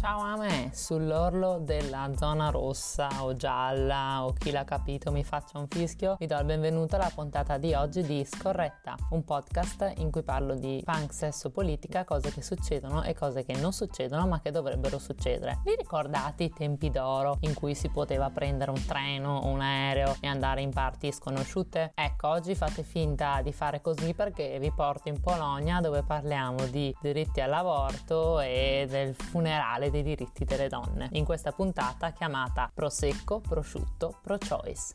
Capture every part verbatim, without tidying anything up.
Ciao a me, sull'orlo della zona rossa o gialla o chi l'ha capito mi faccia un fischio, vi do il benvenuto alla puntata di oggi di Scorretta, un podcast in cui parlo di punk, sesso, politica, cose che succedono e cose che non succedono ma che dovrebbero succedere. Vi ricordate i tempi d'oro in cui si poteva prendere un treno o un aereo e andare in parti sconosciute? Ecco, oggi fate finta di fare così perché vi porto in Polonia dove parliamo di diritti all'aborto e del funerale dei diritti delle donne, in questa puntata chiamata Prosecco, Prosciutto, Pro-Choice.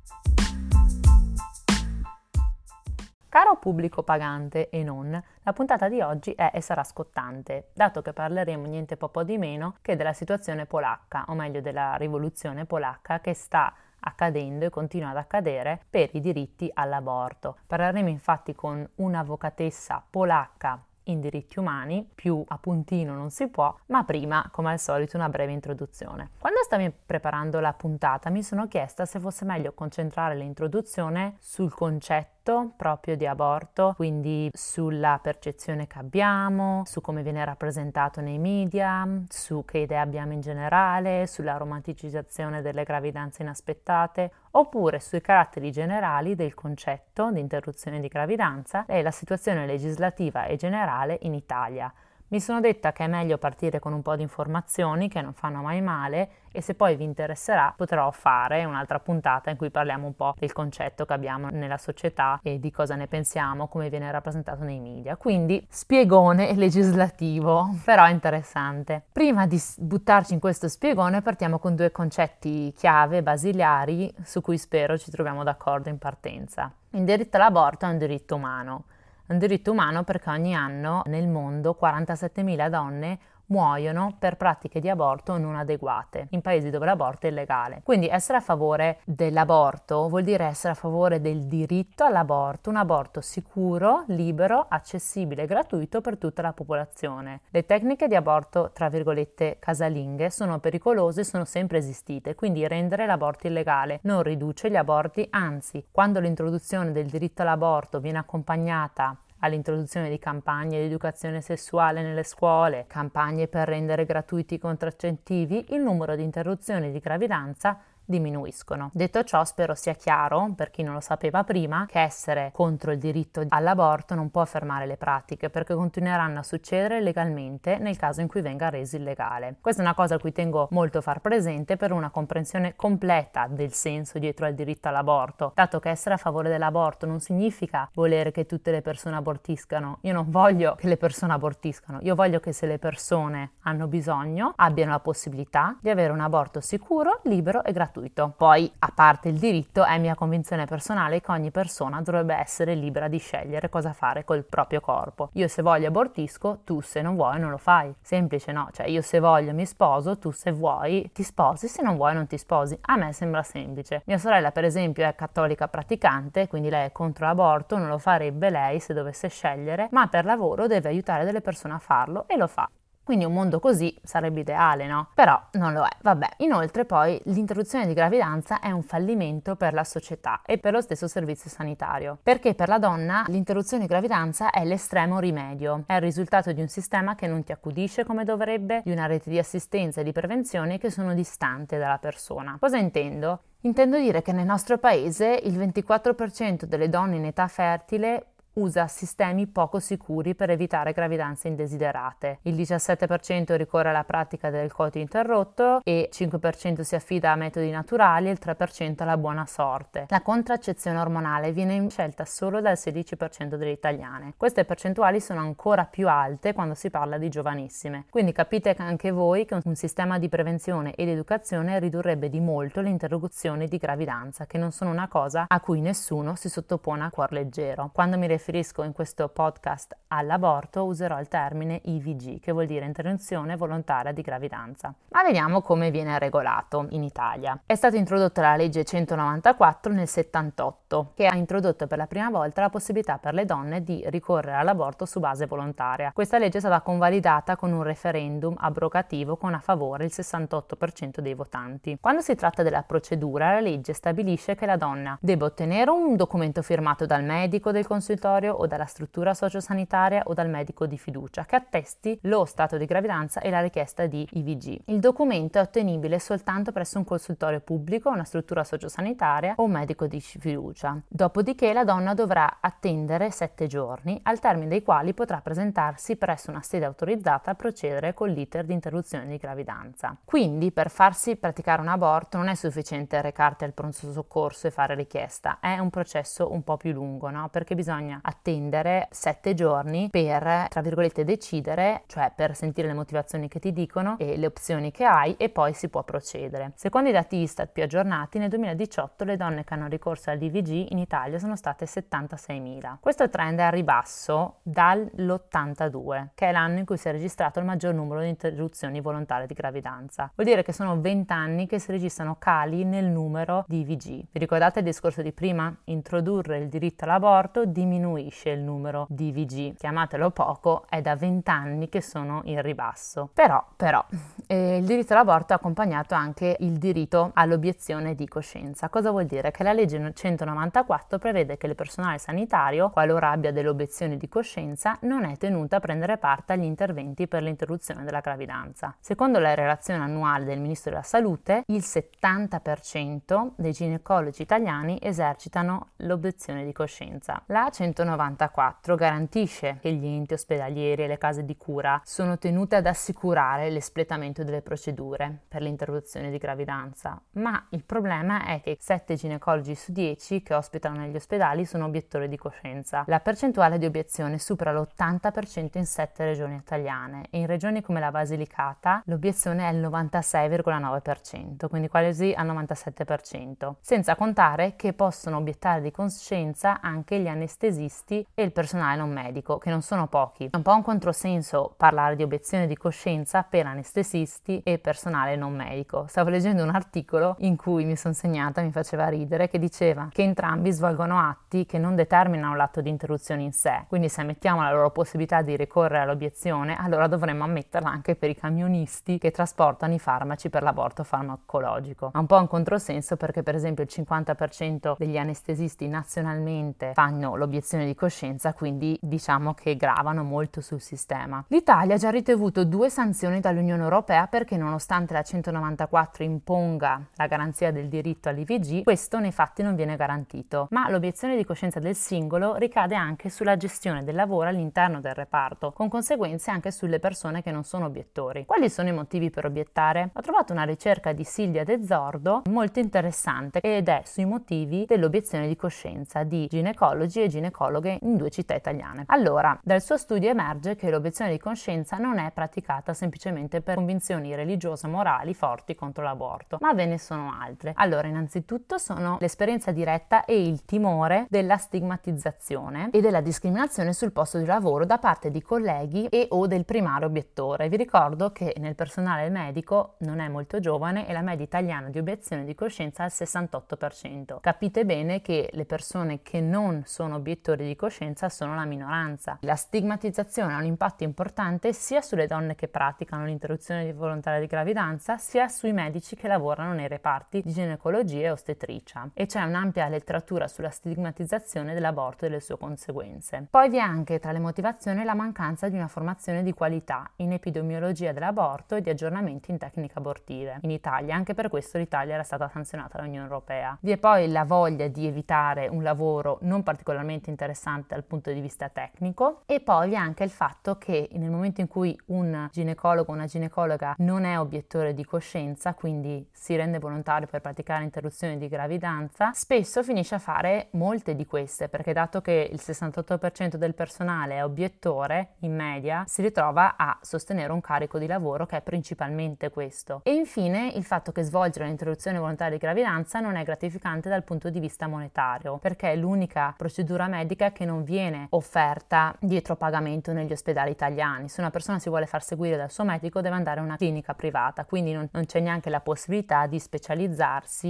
Caro pubblico pagante e non, la puntata di oggi è e sarà scottante, dato che parleremo niente po' di meno che della situazione polacca, o meglio della rivoluzione polacca che sta accadendo e continua ad accadere per i diritti all'aborto. Parleremo infatti con un'avvocatessa polacca in diritti umani, più a puntino non si può, ma prima, come al solito, una breve introduzione. Quando stavo preparando la puntata mi sono chiesta se fosse meglio concentrare l'introduzione sul concetto proprio di aborto, quindi sulla percezione che abbiamo, su come viene rappresentato nei media, su che idee abbiamo in generale, sulla romanticizzazione delle gravidanze inaspettate, oppure sui caratteri generali del concetto di interruzione di gravidanza e la situazione legislativa e generale in Italia. Mi sono detta che è meglio partire con un po' di informazioni che non fanno mai male e se poi vi interesserà potrò fare un'altra puntata in cui parliamo un po' del concetto che abbiamo nella società e di cosa ne pensiamo, come viene rappresentato nei media. Quindi spiegone legislativo, però interessante. Prima di buttarci in questo spiegone partiamo con due concetti chiave basilari su cui spero ci troviamo d'accordo in partenza. Il diritto all'aborto è un diritto umano. Un diritto umano perché ogni anno nel mondo quarantasettemila donne muoiono per pratiche di aborto non adeguate in paesi dove l'aborto è illegale. Quindi essere a favore dell'aborto vuol dire essere a favore del diritto all'aborto, un aborto sicuro, libero, accessibile e gratuito per tutta la popolazione. Le tecniche di aborto, tra virgolette, casalinghe, sono pericolose e sono sempre esistite, quindi rendere l'aborto illegale non riduce gli aborti, anzi, quando l'introduzione del diritto all'aborto viene accompagnata all'introduzione di campagne di educazione sessuale nelle scuole, campagne per rendere gratuiti i contraccettivi, il numero di interruzioni di gravidanza diminuiscono. Detto ciò, spero sia chiaro, per chi non lo sapeva prima, che essere contro il diritto all'aborto non può fermare le pratiche, perché continueranno a succedere legalmente nel caso in cui venga reso illegale. Questa è una cosa a cui tengo molto a far presente per una comprensione completa del senso dietro al diritto all'aborto, dato che essere a favore dell'aborto non significa volere che tutte le persone abortiscano. Io non voglio che le persone abortiscano, io voglio che se le persone hanno bisogno abbiano la possibilità di avere un aborto sicuro, libero e gratuito. Poi, a parte il diritto, è mia convinzione personale che ogni persona dovrebbe essere libera di scegliere cosa fare col proprio corpo. Io se voglio abortisco, tu se non vuoi non lo fai. Semplice, no? Cioè io se voglio mi sposo, tu se vuoi ti sposi, se non vuoi non ti sposi. A me sembra semplice. Mia sorella per esempio è cattolica praticante, quindi lei è contro l'aborto, non lo farebbe lei se dovesse scegliere, ma per lavoro deve aiutare delle persone a farlo e lo fa. Quindi un mondo così sarebbe ideale, no? Però non lo è. Vabbè, inoltre poi l'interruzione di gravidanza è un fallimento per la società e per lo stesso servizio sanitario, perché per la donna l'interruzione di gravidanza è l'estremo rimedio, è il risultato di un sistema che non ti accudisce come dovrebbe, di una rete di assistenza e di prevenzione che sono distante dalla persona. Cosa intendo? Intendo dire che nel nostro paese il ventiquattro per cento delle donne in età fertile usa sistemi poco sicuri per evitare gravidanze indesiderate. Il diciassette per cento ricorre alla pratica del coito interrotto e il cinque per cento si affida a metodi naturali e il tre per cento alla buona sorte. La contraccezione ormonale viene scelta solo dal sedici per cento delle italiane. Queste percentuali sono ancora più alte quando si parla di giovanissime. Quindi capite che anche voi che un sistema di prevenzione ed educazione ridurrebbe di molto le interruzioni di gravidanza, che non sono una cosa a cui nessuno si sottopone a cuor leggero. Quando mi riferisco in questo podcast all'aborto userò il termine I V G, che vuol dire interruzione volontaria di gravidanza. Ma vediamo come viene regolato in Italia. È stata introdotta la legge centonovantaquattro nel settantotto, che ha introdotto per la prima volta la possibilità per le donne di ricorrere all'aborto su base volontaria. Questa legge è stata convalidata con un referendum abrogativo con a favore il sessantotto per cento dei votanti. Quando si tratta della procedura, la legge stabilisce che la donna debba ottenere un documento firmato dal medico del consultorio consultorio o dalla struttura sociosanitaria o dal medico di fiducia che attesti lo stato di gravidanza e la richiesta di I V G. Il documento è ottenibile soltanto presso un consultorio pubblico, una struttura sociosanitaria o un medico di fiducia. Dopodiché la donna dovrà attendere sette giorni, al termine dei quali potrà presentarsi presso una sede autorizzata a procedere con l'iter di interruzione di gravidanza. Quindi per farsi praticare un aborto non è sufficiente recarti al pronto soccorso e fare richiesta, è un processo un po' più lungo, no? Perché bisogna attendere sette giorni per, tra virgolette, decidere, cioè per sentire le motivazioni che ti dicono e le opzioni che hai, e poi si può procedere. Secondo i dati Istat più aggiornati, nel duemiladiciotto le donne che hanno ricorso all'I V G in Italia sono state settantaseimila. Questo trend è a ribasso dall'ottantadue, che è l'anno in cui si è registrato il maggior numero di interruzioni volontarie di gravidanza. Vuol dire che sono venti anni che si registrano cali nel numero di I V G. Vi ricordate il discorso di prima? Introdurre il diritto all'aborto diminuisce il numero di I V G. Chiamatelo poco, è da venti anni che sono in ribasso. Però, però, eh, il diritto all'aborto è accompagnato anche il diritto all'obiezione di coscienza. Cosa vuol dire? Che la legge centonovantaquattro prevede che il personale sanitario, qualora abbia delle obiezioni di coscienza, non è tenuto a prendere parte agli interventi per l'interruzione della gravidanza. Secondo la relazione annuale del Ministro della Salute, il settanta per cento dei ginecologi italiani esercitano l'obiezione di coscienza. La centonovantaquattro garantisce che gli enti ospedalieri e le case di cura sono tenute ad assicurare l'espletamento delle procedure per l'interruzione di gravidanza, ma il problema è che sette ginecologi su dieci che ospitano negli ospedali sono obiettori di coscienza. La percentuale di obiezione supera l'ottanta per cento in sette regioni italiane e in regioni come la Basilicata l'obiezione è il novantasei virgola nove per cento, quindi quasi al novantasette per cento, senza contare che possono obiettare di coscienza anche gli anestesisti e il personale non medico, che non sono pochi. È un po' un controsenso parlare di obiezione di coscienza per anestesisti e personale non medico. Stavo leggendo un articolo in cui mi sono segnata, mi faceva ridere, che diceva che entrambi svolgono atti che non determinano l'atto di interruzione in sé, quindi se ammettiamo la loro possibilità di ricorrere all'obiezione, allora dovremmo ammetterla anche per i camionisti che trasportano i farmaci per l'aborto farmacologico. È un po' un controsenso perché per esempio il cinquanta per cento degli anestesisti nazionalmente fanno l'obiezione di coscienza, quindi diciamo che gravano molto sul sistema. L'Italia ha già ricevuto due sanzioni dall'Unione Europea perché nonostante la centonovantaquattro imponga la garanzia del diritto all'I V G, questo nei fatti non viene garantito, ma l'obiezione di coscienza del singolo ricade anche sulla gestione del lavoro all'interno del reparto, con conseguenze anche sulle persone che non sono obiettori. Quali sono i motivi per obiettare? Ho trovato una ricerca di Silvia De Zordo molto interessante ed è sui motivi dell'obiezione di coscienza di ginecologi e ginecologhe in due città italiane. Allora, dal suo studio emerge che l'obiezione di coscienza non è praticata semplicemente per convinzioni religiose o morali forti contro l'aborto, ma ve ne sono altre. Allora, innanzitutto sono l'esperienza diretta e il timore della stigmatizzazione e della discriminazione sul posto di lavoro da parte di colleghi e o del primario obiettore. Vi ricordo che nel personale medico non è molto giovane e la media italiana di obiezione di coscienza è al sessantotto per cento. Capite bene che le persone che non sono obiettori di coscienza sono la minoranza. La stigmatizzazione ha un impatto importante sia sulle donne che praticano l'interruzione volontaria di gravidanza, sia sui medici che lavorano nei reparti di ginecologia e ostetricia. E c'è un'ampia letteratura sulla stigmatizzazione dell'aborto e delle sue conseguenze. Poi vi è anche tra le motivazioni la mancanza di una formazione di qualità in epidemiologia dell'aborto e di aggiornamenti in tecniche abortive in Italia. Anche per questo l'Italia era stata sanzionata dall'Unione Europea. Vi è poi la voglia di evitare un lavoro non particolarmente interessante dal punto di vista tecnico, e poi vi è anche il fatto che nel momento in cui un ginecologo o una ginecologa non è obiettore di coscienza, quindi si rende volontario per praticare interruzioni di gravidanza, spesso finisce a fare molte di queste, perché dato che il sessantotto per cento del personale è obiettore, in media si ritrova a sostenere un carico di lavoro che è principalmente questo. E infine il fatto che svolgere l'interruzione volontaria di gravidanza non è gratificante dal punto di vista monetario, perché è l'unica procedura medica che non viene offerta dietro pagamento negli ospedali italiani. Se una persona si vuole far seguire dal suo medico deve andare a una clinica privata, quindi non, non c'è neanche la possibilità di specializzarsi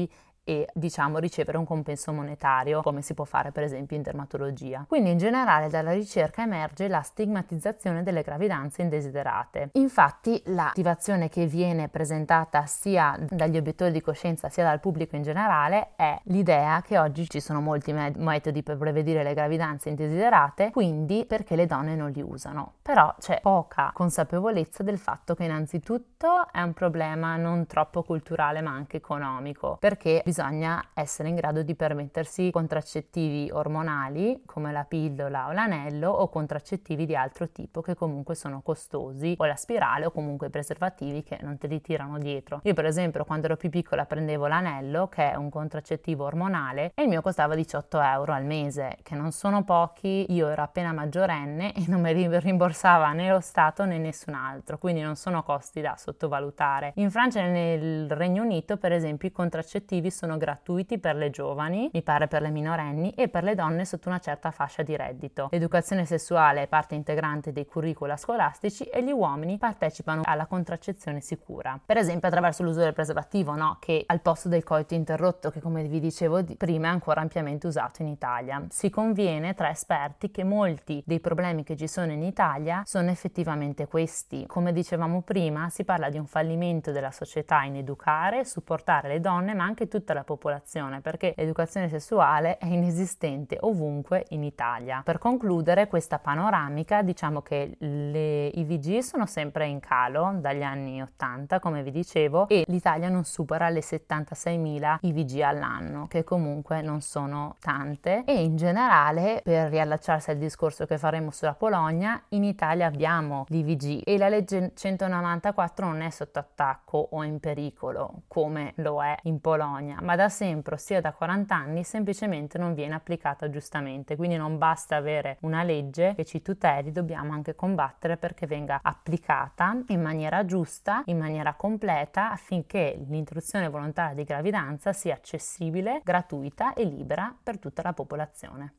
e diciamo ricevere un compenso monetario, come si può fare per esempio in dermatologia. Quindi in generale dalla ricerca emerge la stigmatizzazione delle gravidanze indesiderate. Infatti l'attivazione che viene presentata sia dagli obiettori di coscienza sia dal pubblico in generale è l'idea che oggi ci sono molti met- metodi per prevedere le gravidanze indesiderate, quindi perché le donne non li usano. Però c'è poca consapevolezza del fatto che innanzitutto è un problema non troppo culturale ma anche economico, perché bisogna essere in grado di permettersi contraccettivi ormonali come la pillola o l'anello o contraccettivi di altro tipo che comunque sono costosi, o la spirale o comunque i preservativi che non te li tirano dietro. Io per esempio quando ero più piccola prendevo l'anello, che è un contraccettivo ormonale, e il mio costava diciotto euro al mese, che non sono pochi. Io ero appena maggiorenne e non mi rimborsava né lo Stato né nessun altro, quindi non sono costi da sottovalutare. In Francia e nel Regno Unito per esempio i contraccettivi sono gratuiti per le giovani, mi pare per le minorenni, e per le donne sotto una certa fascia di reddito. L'educazione sessuale è parte integrante dei curricula scolastici e gli uomini partecipano alla contraccezione sicura, per esempio attraverso l'uso del preservativo, no? Che al posto del coito interrotto, che come vi dicevo di prima è ancora ampiamente usato in Italia. Si conviene tra esperti che molti dei problemi che ci sono in Italia sono effettivamente questi. Come dicevamo prima, si parla di un fallimento della società in educare e supportare le donne, ma anche tutta la popolazione, perché l'educazione sessuale è inesistente ovunque in Italia. Per concludere questa panoramica, diciamo che le I V G sono sempre in calo dagli anni ottanta, come vi dicevo, e l'Italia non supera le settantaseimila I V G all'anno, che comunque non sono tante. E in generale, per riallacciarsi al discorso che faremo sulla Polonia, in Italia abbiamo l'I V G e la legge centonovantaquattro non è sotto attacco o in pericolo come lo è in Polonia, ma da sempre, ossia da quaranta anni, semplicemente non viene applicata giustamente. Quindi non basta avere una legge che ci tuteli, dobbiamo anche combattere perché venga applicata in maniera giusta, in maniera completa, affinché l'interruzione volontaria di gravidanza sia accessibile, gratuita e libera per tutta la popolazione.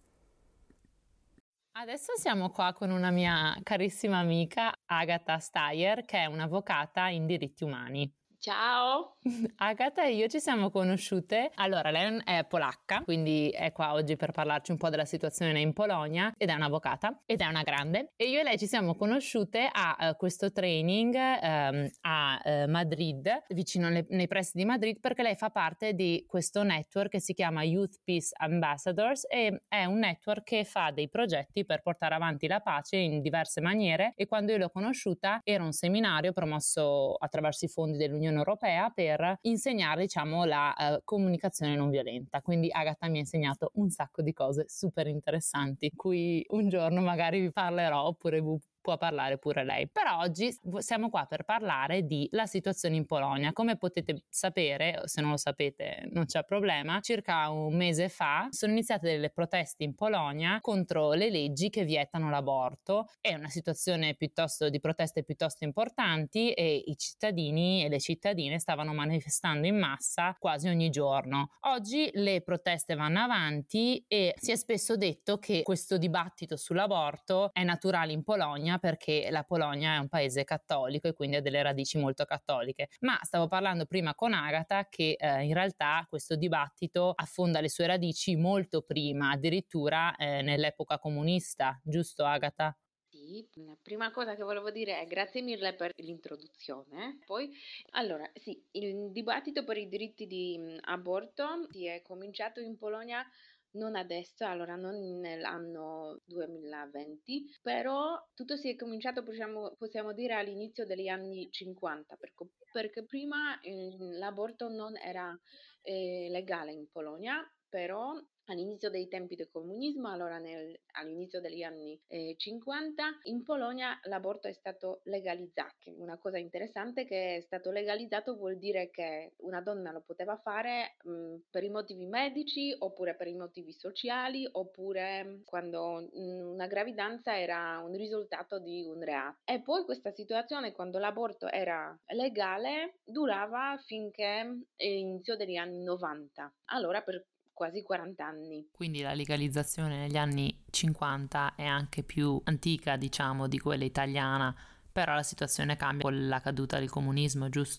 Adesso siamo qua con una mia carissima amica, Agata Steyer, che è un'avvocata in diritti umani. Ciao! Agata e io ci siamo conosciute, allora lei è polacca, quindi è qua oggi per parlarci un po' della situazione in Polonia, ed è un'avvocata ed è una grande, e io e lei ci siamo conosciute a uh, questo training um, a uh, Madrid, vicino le, nei pressi di Madrid, perché lei fa parte di questo network che si chiama Youth Peace Ambassadors, e è un network che fa dei progetti per portare avanti la pace in diverse maniere. E quando io l'ho conosciuta era un seminario promosso attraverso i fondi dell'Unione Europea per insegnare, diciamo, la uh, comunicazione non violenta. Quindi Agata mi ha insegnato un sacco di cose super interessanti, cui un giorno magari vi parlerò, oppure vi può parlare pure lei. Però oggi siamo qua per parlare di la situazione in Polonia. Come potete sapere, se non lo sapete non c'è problema, circa un mese fa sono iniziate delle proteste in Polonia contro le leggi che vietano l'aborto. È una situazione piuttosto di proteste piuttosto importanti e i cittadini e le cittadine stavano manifestando in massa quasi ogni giorno. Oggi le proteste vanno avanti e si è spesso detto che questo dibattito sull'aborto è naturale in Polonia perché la Polonia è un paese cattolico e quindi ha delle radici molto cattoliche. Ma stavo parlando prima con Agata che eh, in realtà questo dibattito affonda le sue radici molto prima, addirittura eh, nell'epoca comunista, giusto Agata? Sì, la prima cosa che volevo dire è grazie mille per l'introduzione. Poi, allora, sì, il dibattito per i diritti di mh, aborto si è cominciato in Polonia non adesso, allora non nell'anno duemilaventi, però tutto si è cominciato, possiamo, possiamo dire, all'inizio degli anni cinquanta, perché, perché prima eh, l'aborto non era eh, legale in Polonia, però all'inizio dei tempi del comunismo, allora nel, all'inizio degli anni eh, cinquanta, in Polonia l'aborto è stato legalizzato. Una cosa interessante è che è stato legalizzato vuol dire che una donna lo poteva fare mh, per i motivi medici, oppure per i motivi sociali, oppure quando mh, una gravidanza era un risultato di un reato. E poi questa situazione, quando l'aborto era legale, durava finché eh, inizio degli anni novanta. Allora, per quasi quaranta anni. Quindi la legalizzazione negli anni cinquanta è anche più antica, diciamo, di quella italiana, però la situazione cambia con la caduta del comunismo, giusto?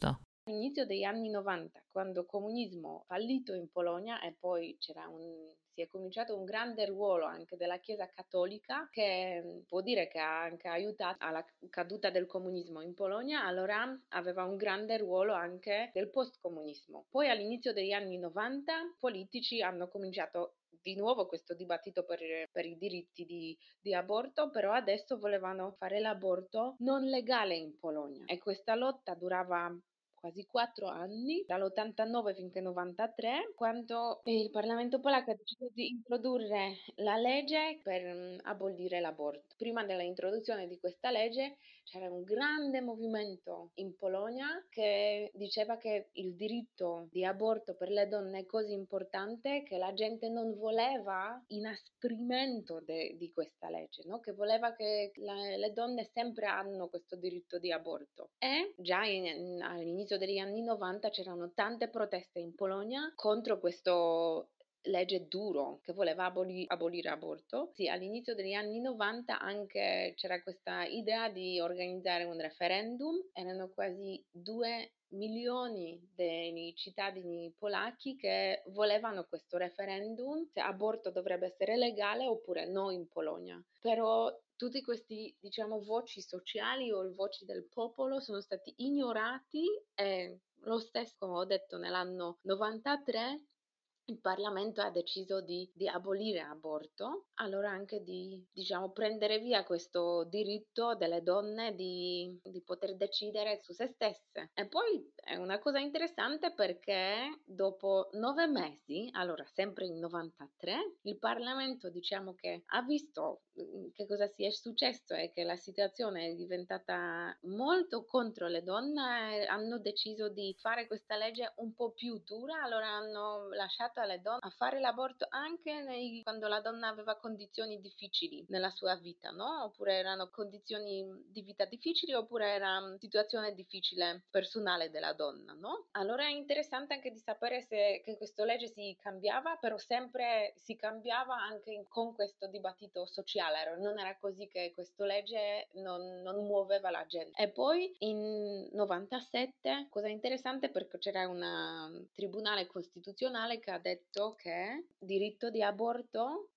all'inizio degli anni novanta, quando il comunismo fallito in Polonia e poi c'era un, si è cominciato un grande ruolo anche della Chiesa Cattolica che può dire che ha anche aiutato alla caduta del comunismo in Polonia, allora aveva un grande ruolo anche del post-comunismo. Poi all'inizio degli anni novanta i politici hanno cominciato di nuovo questo dibattito per, per i diritti di, di aborto, però adesso volevano fare l'aborto non legale in Polonia e questa lotta durava quasi quattro anni, dall'ottantanove finché novantatré, quando il Parlamento polacco ha deciso di introdurre la legge per mm, abolire l'aborto. Prima dell'introduzione di questa legge c'era un grande movimento in Polonia che diceva che il diritto di aborto per le donne è così importante che la gente non voleva inasprimento de- di questa legge, no? Che voleva che la- le donne sempre hanno questo diritto di aborto. E già in- in- all'inizio degli anni novanta c'erano tante proteste in Polonia contro questo legge duro che voleva aboli- abolire aborto. Sì, all'inizio degli anni novanta anche c'era questa idea di organizzare un referendum, erano quasi due milioni dei cittadini polacchi che volevano questo referendum se aborto dovrebbe essere legale oppure no in Polonia. Però tutti questi, diciamo, voci sociali o voci del popolo sono stati ignorati e lo stesso, come ho detto, nell'anno novantatré il Parlamento ha deciso di, di abolire l'aborto, allora anche di, diciamo, prendere via questo diritto delle donne di, di poter decidere su se stesse. E poi è una cosa interessante perché dopo nove mesi, allora sempre in novantatré, il Parlamento, diciamo che ha visto mm, che cosa sia successo e che la situazione è diventata molto contro le donne, e hanno deciso di fare questa legge un po' più dura, allora hanno lasciato alle donne a fare l'aborto anche nei, quando la donna aveva condizioni difficili nella sua vita, no? Oppure erano condizioni di vita difficili oppure era una situazione difficile personale della donna, no? Allora è interessante anche di sapere se che questa legge si cambiava, però sempre si cambiava anche in, con questo dibattito sociale, non era così che questa legge non, non muoveva la gente. E poi in novantasette, cosa interessante perché c'era un tribunale costituzionale che ha detto che il diritto di aborto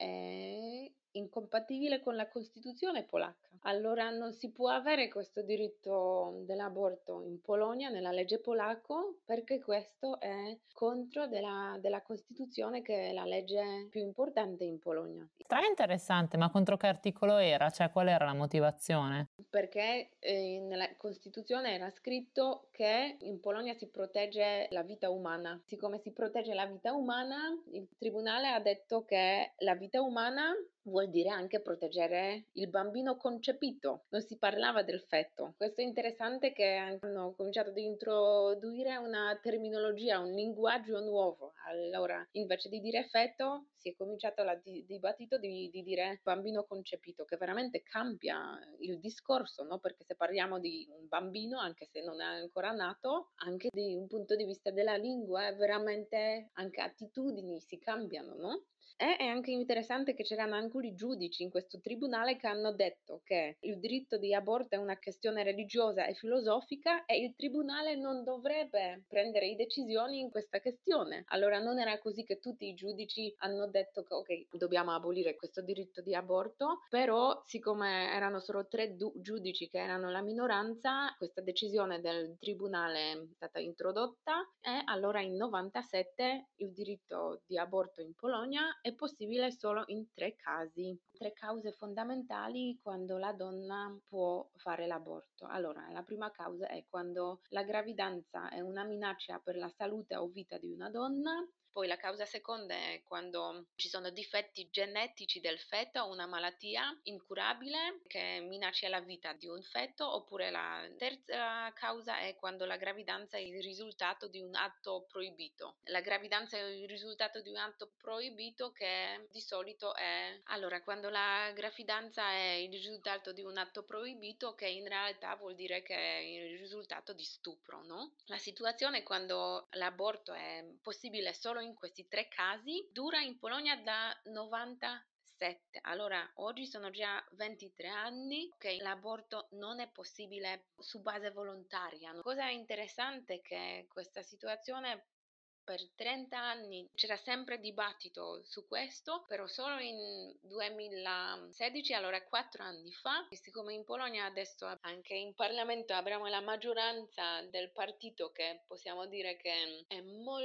è incompatibile con la Costituzione polacca. Allora non si può avere questo diritto dell'aborto in Polonia, nella legge polacco, perché questo è contro della, della Costituzione, che è la legge più importante in Polonia. Stra interessante, ma contro che articolo era? Cioè, qual era la motivazione? Perché eh, nella Costituzione era scritto che in Polonia si protegge la vita umana. Siccome si protegge la vita umana, il tribunale ha detto che la vita umana vuol dire anche proteggere il bambino concepito. Non si parlava del feto. Questo è interessante che hanno cominciato ad introdurre una terminologia, un linguaggio nuovo. Allora, invece di dire feto, si è cominciato il dibattito di, di dire bambino concepito, che veramente cambia il discorso, no? Perché se parliamo di un bambino, anche se non è ancora nato, anche di un punto di vista della lingua, veramente anche attitudini si cambiano, no? E è anche interessante che c'erano anche i giudici in questo tribunale che hanno detto che il diritto di aborto è una questione religiosa e filosofica e il tribunale non dovrebbe prendere decisioni in questa questione. Allora non era così che tutti i giudici hanno detto che ok, dobbiamo abolire questo diritto di aborto, però siccome erano solo tre du- giudici che erano la minoranza, questa decisione del tribunale è stata introdotta e allora in novantasette il diritto di aborto in Polonia è possibile solo in tre casi, tre cause fondamentali quando la donna può fare l'aborto. Allora, la prima causa è quando la gravidanza è una minaccia per la salute o vita di una donna. Poi la causa seconda è quando ci sono difetti genetici del feto o una malattia incurabile che minaccia la vita di un feto, oppure la terza causa è quando la gravidanza è il risultato di un atto proibito. La gravidanza è il risultato di un atto proibito che di solito è... Allora, quando la gravidanza è il risultato di un atto proibito, che in realtà vuol dire che è il risultato di stupro, no? La situazione è quando l'aborto è possibile solo in questi tre casi, dura in Polonia da novantasette duemiladiciassette, allora oggi sono già ventitré anni che l'aborto non è possibile su base volontaria. Cosa interessante è che questa situazione per trenta anni c'era sempre dibattito su questo, però solo in duemilasedici, allora quattro anni fa, e siccome in Polonia adesso anche in Parlamento abbiamo la maggioranza del partito che possiamo dire che è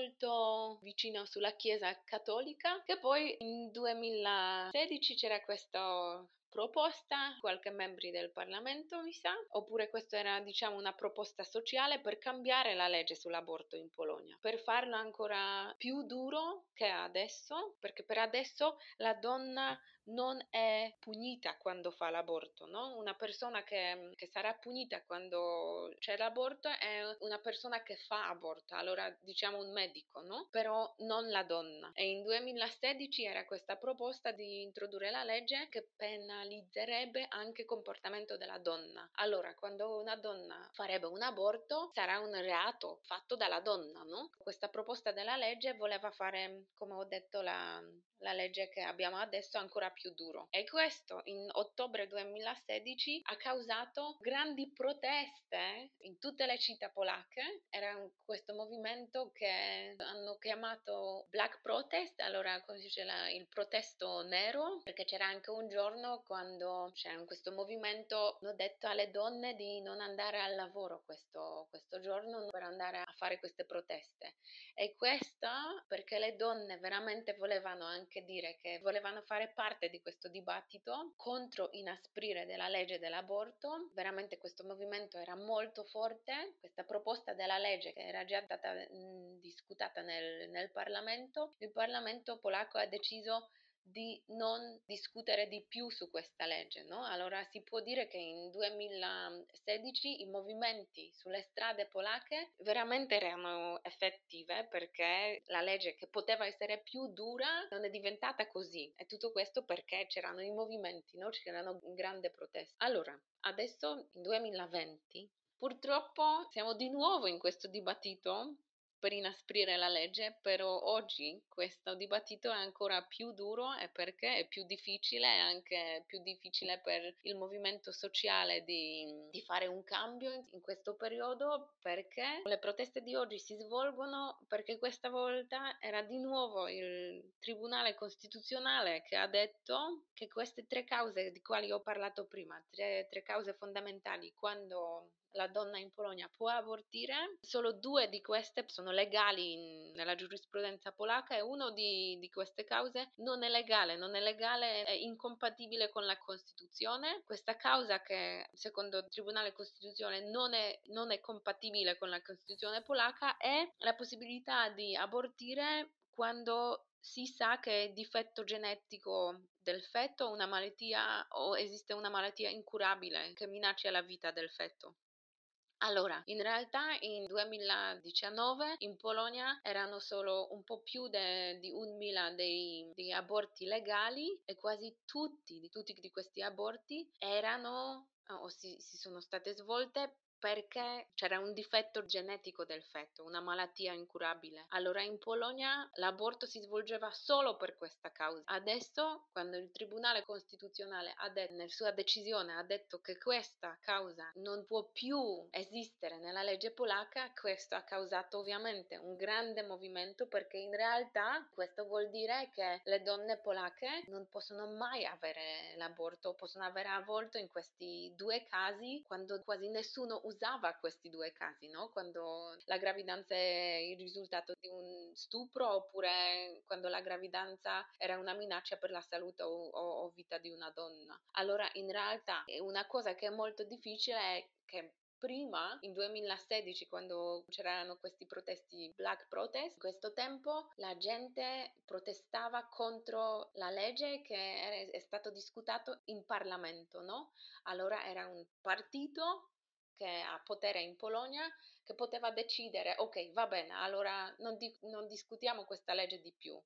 molto vicino sulla Chiesa cattolica, che poi in duemilasedici c'era questo proposta, qualche membri del Parlamento mi sa, oppure questa era diciamo una proposta sociale per cambiare la legge sull'aborto in Polonia, per farlo ancora più duro che adesso, perché per adesso la donna non è punita quando fa l'aborto, no? Una persona che, che sarà punita quando c'è l'aborto è una persona che fa aborto, allora diciamo un medico, no? Però non la donna. E in duemilasedici era questa proposta di introdurre la legge che penalizzerebbe anche il comportamento della donna. Allora, quando una donna farebbe un aborto, sarà un reato fatto dalla donna, no? Questa proposta della legge voleva fare, come ho detto, la, la legge che abbiamo adesso ancora più duro. E questo in ottobre duemilasedici ha causato grandi proteste in tutte le città polacche. Era un- questo movimento che hanno chiamato Black Protest, allora come si dice la- il protesto nero, perché c'era anche un giorno quando c'era questo movimento, hanno detto alle donne di non andare al lavoro questo, questo giorno per andare a fare queste proteste. E questa perché le donne veramente volevano anche dire che volevano fare parte di questo dibattito contro inasprire della legge dell'aborto. Veramente questo movimento era molto forte. Questa proposta della legge che era già stata mh, discussa nel, nel Parlamento, il Parlamento polacco ha deciso di non discutere di più su questa legge, no? Allora si può dire che in duemilasedici i movimenti sulle strade polacche veramente erano effettive perché la legge che poteva essere più dura non è diventata così e tutto questo perché c'erano i movimenti, no? C'erano grandi proteste. Allora, adesso in duemilaventi purtroppo siamo di nuovo in questo dibattito per inasprire la legge, però oggi questo dibattito è ancora più duro e perché è più difficile, è anche più difficile per il movimento sociale di, di fare un cambio in, in questo periodo, perché le proteste di oggi si svolgono perché questa volta era di nuovo il Tribunale Costituzionale che ha detto che queste tre cause di quali ho parlato prima, tre, tre cause fondamentali quando la donna in Polonia può abortire, solo due di queste sono legali in- nella giurisprudenza polacca e una di, di queste cause non è legale, non è legale, è incompatibile con la Costituzione. Questa causa che secondo il Tribunale Costituzionale non è, non è compatibile con la Costituzione polacca è la possibilità di abortire quando si sa che è difetto genetico del feto, una malattia o esiste una malattia incurabile che minaccia la vita del feto. Allora, in realtà in duemiladiciannove in Polonia erano solo un po' più de- di un mila dei, dei aborti legali e quasi tutti, di tutti di questi aborti erano eh, o si, si sono state svolte perché c'era un difetto genetico del feto, una malattia incurabile. Allora in Polonia l'aborto si svolgeva solo per questa causa. Adesso, quando il Tribunale Costituzionale ha detto, nella sua decisione ha detto che questa causa non può più esistere nella legge polacca, questo ha causato ovviamente un grande movimento perché in realtà questo vuol dire che le donne polacche non possono mai avere l'aborto, possono avere aborto in questi due casi quando quasi nessuno usava questi due casi, no? Quando la gravidanza è il risultato di un stupro oppure quando la gravidanza era una minaccia per la salute o, o, o vita di una donna. Allora, in realtà, è una cosa che è molto difficile è che prima, in duemilasedici, quando c'erano questi protesti, Black Protest, in questo tempo la gente protestava contro la legge che è, è stato discutato in Parlamento, no? Allora era un partito che ha potere in Polonia che poteva decidere, ok, va bene, allora non, di- non discutiamo questa legge di più,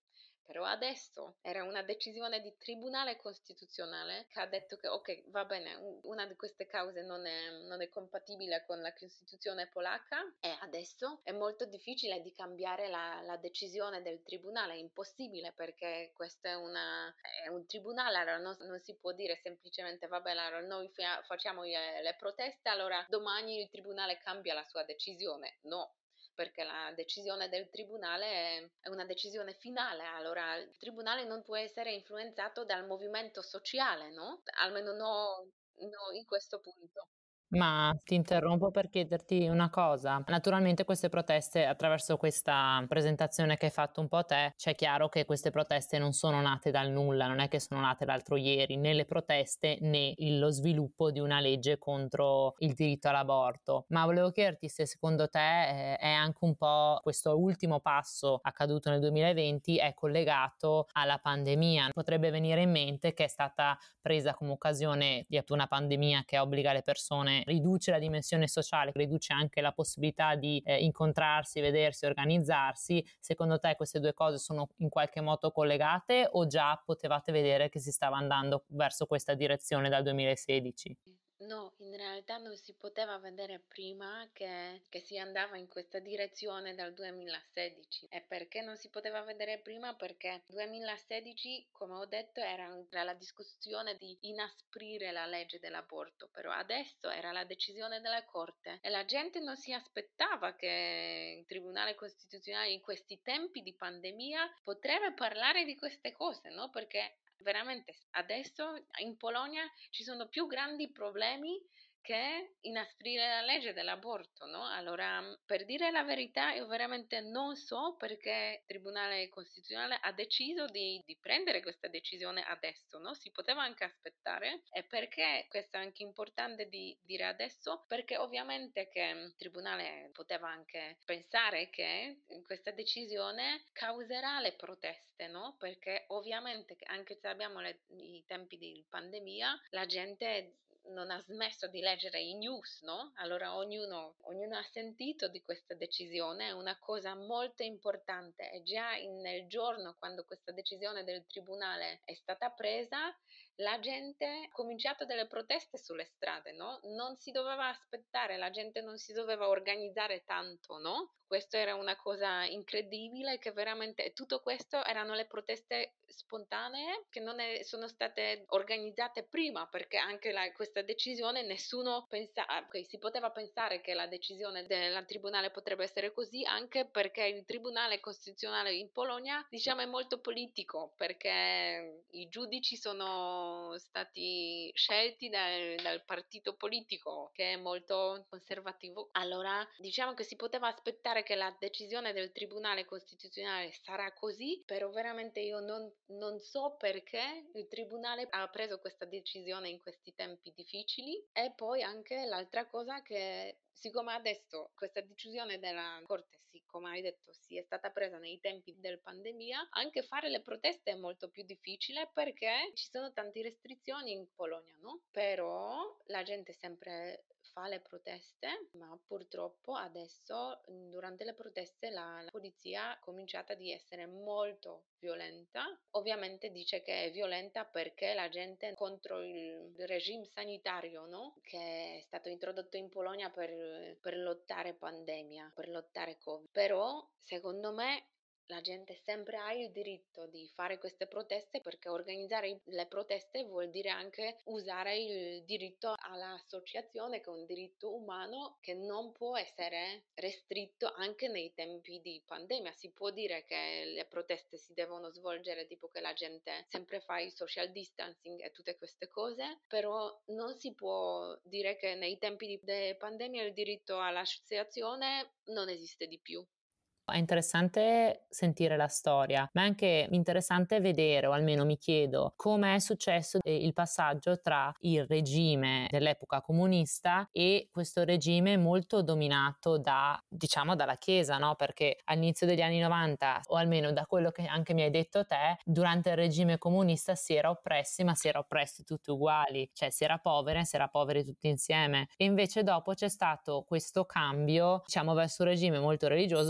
Però adesso era una decisione di tribunale costituzionale che ha detto che ok, va bene, una di queste cause non è, non è compatibile con la Costituzione polacca e adesso è molto difficile di cambiare la, la decisione del tribunale, è impossibile perché questo è, una, è un tribunale, allora non, non si può dire semplicemente va bene, allora noi fa- facciamo le, le proteste, allora domani il tribunale cambia la sua decisione. No, perché la decisione del tribunale è una decisione finale, allora il tribunale non può essere influenzato dal movimento sociale, no? Almeno no, no in questo punto. Ma ti interrompo per chiederti una cosa. Naturalmente queste proteste, attraverso questa presentazione che hai fatto un po' te, c'è chiaro che queste proteste non sono nate dal nulla, non è che sono nate l'altro ieri, né le proteste né il- lo sviluppo di una legge contro il diritto all'aborto. Ma volevo chiederti se secondo te eh, è anche un po' questo ultimo passo accaduto nel duemilaventi è collegato alla pandemia. Potrebbe venire in mente che è stata presa come occasione di una pandemia che obbliga le persone, riduce la dimensione sociale, riduce anche la possibilità di eh, incontrarsi, vedersi, organizzarsi. Secondo te queste due cose sono in qualche modo collegate o già potevate vedere che si stava andando verso questa direzione dal duemilasedici? No, in realtà non si poteva vedere prima che, che si andava in questa direzione dal duemilasedici. E perché non si poteva vedere prima? Perché nel duemilasedici, come ho detto, era la discussione di inasprire la legge dell'aborto, però adesso era la decisione della Corte e la gente non si aspettava che il Tribunale Costituzionale in questi tempi di pandemia potrebbe parlare di queste cose, no? Perché veramente adesso in Polonia ci sono più grandi problemi che inasprire la legge dell'aborto, no? Allora, per dire la verità, io veramente non so perché il Tribunale Costituzionale ha deciso di, di prendere questa decisione adesso, no? Si poteva anche aspettare e perché questo è anche importante di dire adesso, perché ovviamente che il Tribunale poteva anche pensare che questa decisione causerà le proteste, no? Perché ovviamente anche se abbiamo le, i tempi di pandemia, la gente non ha smesso di leggere i news, no? Allora ognuno, ognuno ha sentito di questa decisione, è una cosa molto importante e già in, nel giorno quando questa decisione del tribunale è stata presa, la gente ha cominciato delle proteste sulle strade, no? Non si doveva aspettare, la gente non si doveva organizzare tanto, no? Questo era una cosa incredibile che veramente, e tutto questo erano le proteste spontanee che non è, sono state organizzate prima perché anche la, questa decisione nessuno pensava, okay, si poteva pensare che la decisione del tribunale potrebbe essere così anche perché il tribunale costituzionale in Polonia diciamo è molto politico perché i giudici sono stati scelti dal, dal partito politico che è molto conservativo. Allora diciamo che si poteva aspettare che la decisione del Tribunale Costituzionale sarà così, però veramente io non, non so perché il Tribunale ha preso questa decisione in questi tempi difficili e poi anche l'altra cosa che siccome adesso questa decisione della Corte, sì, come hai detto, sì, è stata presa nei tempi della pandemia, anche fare le proteste è molto più difficile perché ci sono tante restrizioni in Polonia, no? Però la gente sempre fa le proteste, ma purtroppo adesso durante le proteste la, la polizia ha cominciato ad essere molto violenta. Ovviamente dice che è violenta perché la gente è contro il regime sanitario, no? Che è stato introdotto in Polonia per, per lottare pandemia, per lottare Covid. Però secondo me la gente sempre ha il diritto di fare queste proteste perché organizzare le proteste vuol dire anche usare il diritto all'associazione che è un diritto umano che non può essere restritto anche nei tempi di pandemia. Si può dire che le proteste si devono svolgere tipo che la gente sempre fa il social distancing e tutte queste cose, però non si può dire che nei tempi di pandemia il diritto all'associazione non esiste di più. È interessante sentire la storia, ma è anche interessante vedere, o almeno mi chiedo, come è successo il passaggio tra il regime dell'epoca comunista e questo regime molto dominato da, diciamo, dalla Chiesa, no? Perché all'inizio degli anni novanta, o almeno da quello che anche mi hai detto te, durante il regime comunista si era oppressi, ma si era oppressi tutti uguali, cioè si era poveri, si era poveri tutti insieme. E invece dopo c'è stato questo cambio, diciamo, verso un regime molto religioso, quando prima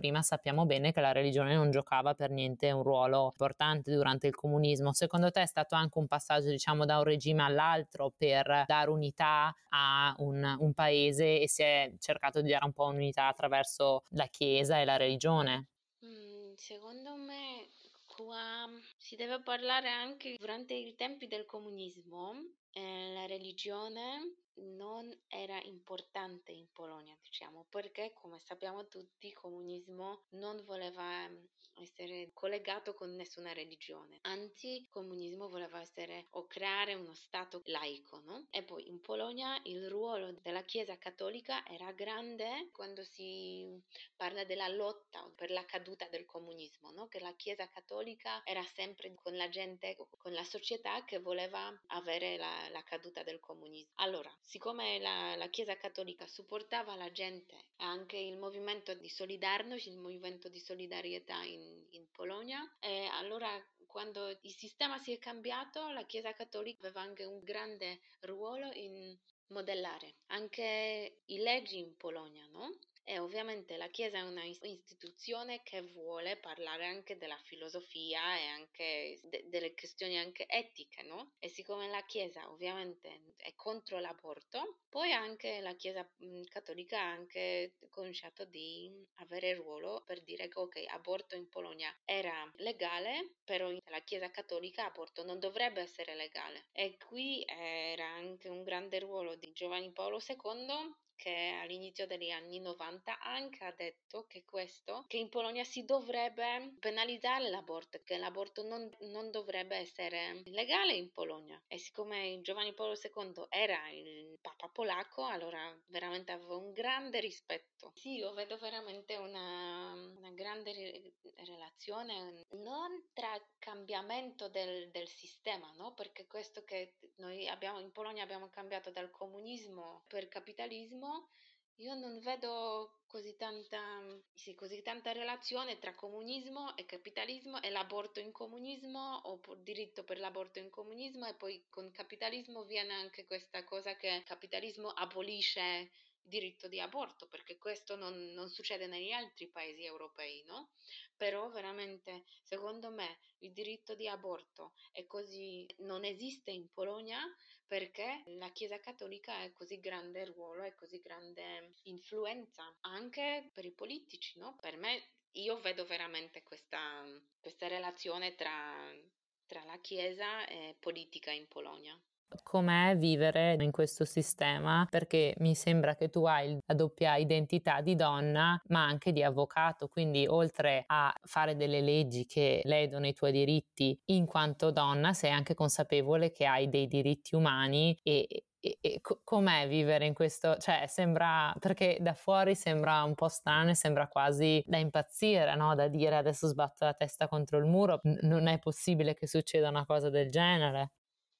prima sappiamo bene che la religione non giocava per niente un ruolo importante durante il comunismo. Secondo te è stato anche un passaggio, diciamo, da un regime all'altro per dare unità a un, un paese, e si è cercato di dare un po' unità attraverso la Chiesa e la religione? Mm, secondo me qua si deve parlare anche durante i tempi del comunismo, eh, la religione non era importante in Polonia, diciamo, perché come sappiamo tutti, il comunismo non voleva mm, essere collegato con nessuna religione, anzi, il comunismo voleva essere o creare uno stato laico, no? E poi in Polonia il ruolo della Chiesa cattolica era grande quando si parla della lotta per la caduta del comunismo, no? Che la Chiesa cattolica era sempre con la gente, con la società che voleva avere la, la caduta del comunismo. Allora, siccome la, la Chiesa cattolica supportava la gente, anche il movimento di Solidarność, il movimento di solidarietà in, in Polonia, e allora quando il sistema si è cambiato, la Chiesa cattolica aveva anche un grande ruolo in modellare anche le leggi in Polonia, no? E ovviamente la Chiesa è una istituzione che vuole parlare anche della filosofia e anche de- delle questioni anche etiche, no? E siccome la Chiesa ovviamente è contro l'aborto, poi anche la Chiesa mh, cattolica ha anche cominciato di avere ruolo per dire che ok, aborto in Polonia era legale, però la Chiesa cattolica aborto non dovrebbe essere legale. E qui era anche un grande ruolo di Giovanni Paolo secondo, che all'inizio degli anni novanta anche ha detto che questo, che in Polonia si dovrebbe penalizzare l'aborto, che l'aborto non, non dovrebbe essere legale in Polonia. E siccome Giovanni Paolo secondo era il Papa polacco, allora veramente avevo un grande rispetto. Sì, io vedo veramente una, una grande re- relazione, non tra cambiamento del, del sistema, no? Perché questo che noi abbiamo in Polonia abbiamo cambiato dal comunismo per capitalismo, io non vedo così tanta, sì, così tanta relazione tra comunismo e capitalismo e l'aborto in comunismo o po- diritto per l'aborto in comunismo, e poi con capitalismo viene anche questa cosa che il capitalismo abolisce il diritto di aborto, perché questo non, non succede negli altri paesi europei, no? Però veramente, secondo me, il diritto di aborto è così, non esiste in Polonia perché la Chiesa cattolica ha così grande ruolo e così grande influenza anche per i politici, no? Per me, io vedo veramente questa, questa relazione tra, tra la Chiesa e politica in Polonia. Com'è vivere in questo sistema, perché mi sembra che tu hai la doppia identità di donna ma anche di avvocato, quindi oltre a fare delle leggi che ledono i tuoi diritti in quanto donna, sei anche consapevole che hai dei diritti umani. E, e, e co- com'è vivere in questo, cioè sembra, perché da fuori sembra un po' strano e sembra quasi da impazzire, no? Da dire adesso sbatto la testa contro il muro, N- non è possibile che succeda una cosa del genere.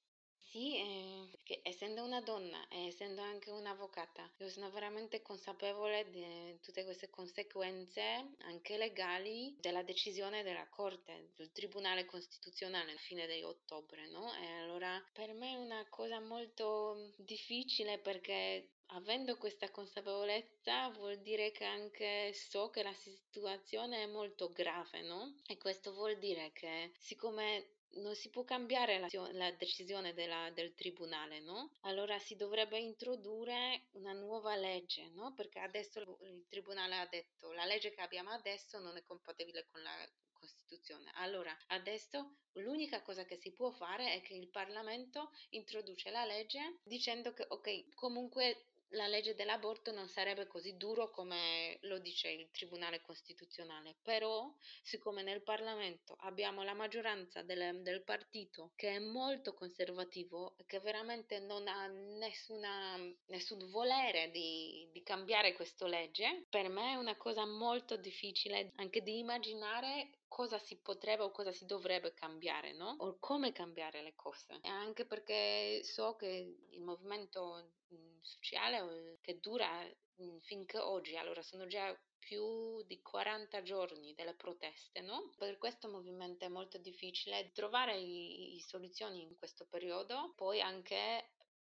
Sì, eh, che essendo una donna e essendo anche un'avvocata, io sono veramente consapevole di tutte queste conseguenze, anche legali, della decisione della Corte, del Tribunale Costituzionale a fine di ottobre, no? E allora per me è una cosa molto difficile perché avendo questa consapevolezza vuol dire che anche so che la situazione è molto grave, no? E questo vuol dire che siccome non si può cambiare la, la decisione della- del tribunale, no? Allora si dovrebbe introdurre una nuova legge, no? Perché adesso il, il tribunale ha detto la legge che abbiamo adesso non è compatibile con la Costituzione. Allora, adesso l'unica cosa che si può fare è che il Parlamento introduce la legge dicendo che, ok, comunque la legge dell'aborto non sarebbe così duro come lo dice il Tribunale Costituzionale, però siccome nel Parlamento abbiamo la maggioranza del, del partito che è molto conservativo e che veramente non ha nessuna, nessun volere di, di cambiare questa legge, per me è una cosa molto difficile anche di immaginare cosa si potrebbe o cosa si dovrebbe cambiare, no? O come cambiare le cose. E anche perché so che il movimento mh, sociale eh, che dura mh, finché oggi, allora sono già più di quaranta giorni delle proteste, no? Per questo movimento è molto difficile trovare i, i soluzioni in questo periodo, poi anche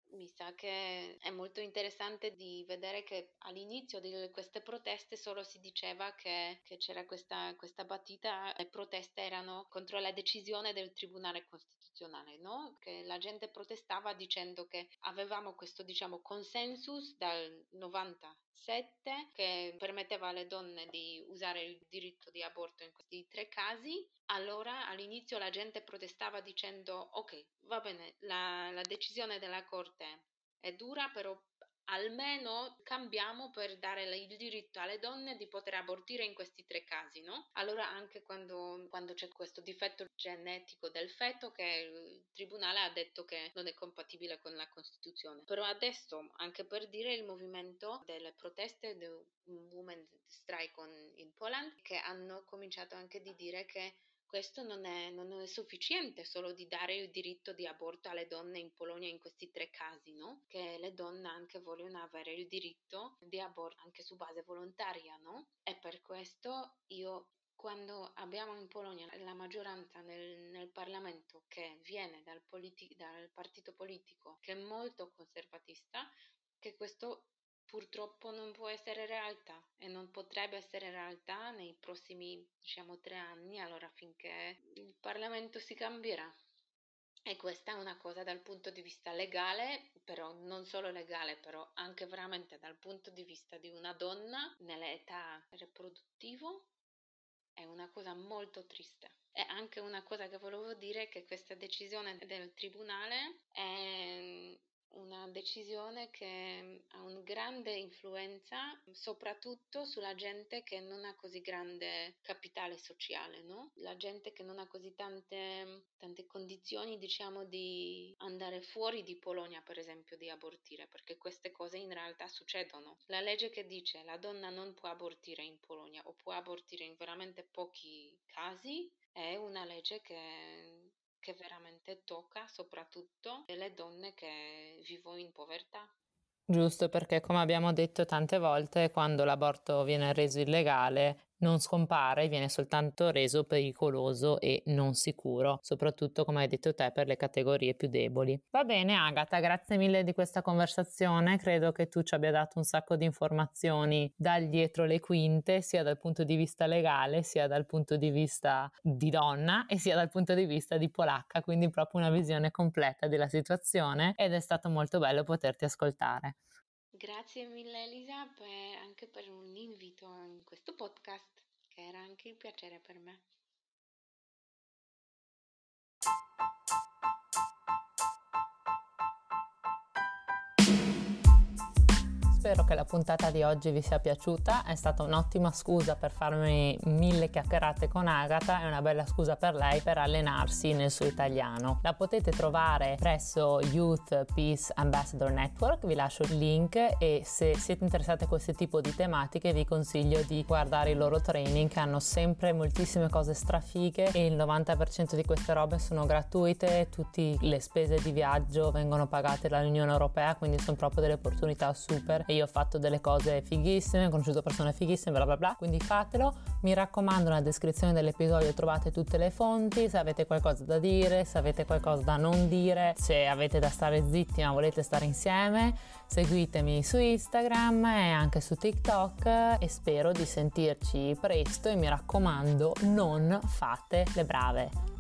Mi sa che è molto interessante di vedere che all'inizio di queste proteste solo si diceva che, che c'era questa, questa battuta, le proteste erano contro la decisione del Tribunale Costituzionale, no? Che la gente protestava dicendo che avevamo questo, diciamo, consensus dal novantasette che permetteva alle donne di usare il diritto di aborto in questi tre casi. Allora all'inizio la gente protestava dicendo ok, va bene, la, la decisione della Corte è dura, però almeno cambiamo per dare il diritto alle donne di poter abortire in questi tre casi, no? Allora anche quando, quando c'è questo difetto genetico del feto che il tribunale ha detto che non è compatibile con la Costituzione. Però adesso, anche per dire, il movimento delle proteste del Women's Strike on, in Poland, che hanno cominciato anche di dire che questo non è, non è sufficiente solo di dare il diritto di aborto alle donne in Polonia in questi tre casi, no? Che le donne anche vogliono avere il diritto di aborto anche su base volontaria, no? E per questo io, quando abbiamo in Polonia la maggioranza nel, nel Parlamento che viene dal, politi- dal partito politico che è molto conservatista, che questo purtroppo non può essere realtà e non potrebbe essere realtà nei prossimi, diciamo, tre anni, allora finché il Parlamento si cambierà. E questa è una cosa dal punto di vista legale, però non solo legale, però anche veramente dal punto di vista di una donna nell'età riproduttiva, è una cosa molto triste. E anche una cosa che volevo dire è che questa decisione del tribunale è una decisione che ha una grande influenza soprattutto sulla gente che non ha così grande capitale sociale, no? La gente che non ha così tante, tante condizioni, diciamo, di andare fuori di Polonia, per esempio, di abortire, perché queste cose in realtà succedono. La legge che dice la donna non può abortire in Polonia o può abortire in veramente pochi casi è una legge che che veramente tocca soprattutto le donne che vivono in povertà. Giusto, perché come abbiamo detto tante volte, quando l'aborto viene reso illegale, non scompare, viene soltanto reso pericoloso e non sicuro, soprattutto come hai detto te per le categorie più deboli. Va bene Agata, grazie mille di questa conversazione, credo che tu ci abbia dato un sacco di informazioni dal dietro le quinte, sia dal punto di vista legale, sia dal punto di vista di donna e sia dal punto di vista di polacca, quindi proprio una visione completa della situazione ed è stato molto bello poterti ascoltare. Grazie mille Elisa per, anche per un invito in questo podcast, che era anche un piacere per me. Spero che la puntata di oggi vi sia piaciuta, è stata un'ottima scusa per farmi mille chiacchierate con Agata e una bella scusa per lei per allenarsi nel suo italiano. La potete trovare presso Youth Peace Ambassador Network, vi lascio il link e se siete interessati a questo tipo di tematiche vi consiglio di guardare i loro training che hanno sempre moltissime cose strafighe e il novanta per cento di queste robe sono gratuite, tutte le spese di viaggio vengono pagate dall'Unione Europea, quindi sono proprio delle opportunità super. E io ho fatto delle cose fighissime, ho conosciuto persone fighissime, bla bla bla, quindi fatelo. Mi raccomando, nella descrizione dell'episodio trovate tutte le fonti, se avete qualcosa da dire, se avete qualcosa da non dire, se avete da stare zitti ma volete stare insieme, seguitemi su Instagram e anche su TikTok e spero di sentirci presto e mi raccomando, non fate le brave.